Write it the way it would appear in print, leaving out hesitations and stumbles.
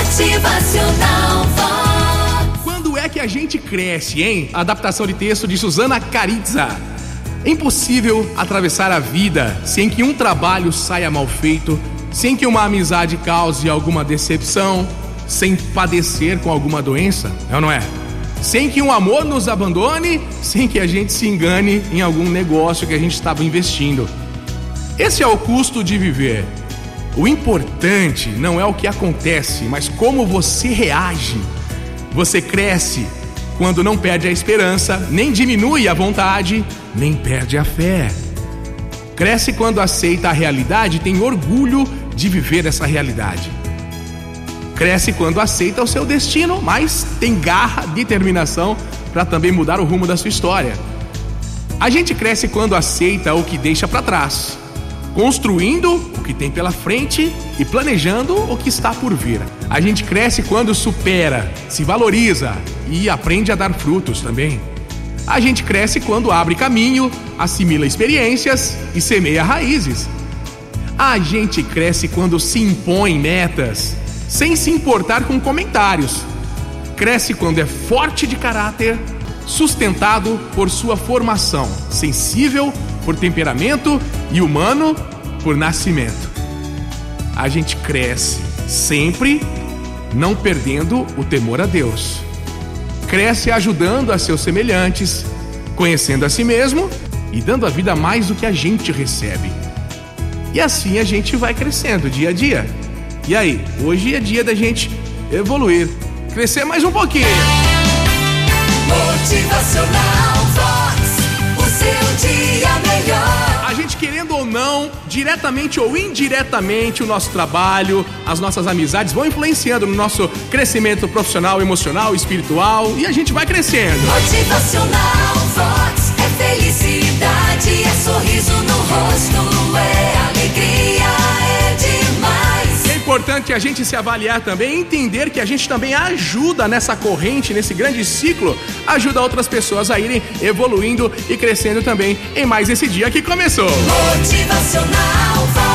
Motivacional Vox. Quando é que a gente cresce, hein? Adaptação de texto de Suzana Caritza. É impossível atravessar a vida sem que um trabalho saia mal feito, sem que uma amizade cause alguma decepção, sem padecer com alguma doença, é ou não é? Sem que um amor nos abandone, sem que a gente se engane em algum negócio que a gente estava investindo. Esse é o custo de viver. O importante não é o que acontece, mas como você reage. Você cresce quando não perde a esperança, nem diminui a vontade, nem perde a fé. Cresce quando aceita a realidade e tem orgulho de viver essa realidade. Cresce quando aceita o seu destino, mas tem garra, determinação para também mudar o rumo da sua história. A gente cresce quando aceita o que deixa para trás, construindo o que tem pela frente e planejando o que está por vir. A gente cresce quando supera, se valoriza e aprende a dar frutos também. A gente cresce quando abre caminho, assimila experiências e semeia raízes. A gente cresce quando se impõe metas, sem se importar com comentários. Cresce quando é forte de caráter, sustentado por sua formação, sensível por temperamento e humano por nascimento. A gente cresce sempre não perdendo o temor a Deus. Cresce ajudando a seus semelhantes, conhecendo a si mesmo e dando à vida mais do que a gente recebe. E assim a gente vai crescendo dia a dia. E aí, hoje é dia da gente evoluir, crescer mais um pouquinho. Motivacional Vox, o seu dia melhor. A gente, querendo ou não, diretamente ou indiretamente, o nosso trabalho, as nossas amizades vão influenciando no nosso crescimento profissional, emocional, espiritual, e a gente vai crescendo. Motivacional Vox é felicidade, é sorriso no rosto, é alegria, é demais. É importante a gente se avaliar também, entender que a gente também ajuda nessa corrente, nesse grande ciclo, ajuda outras pessoas a irem evoluindo e crescendo também em mais esse dia que começou. Motivacional Vox.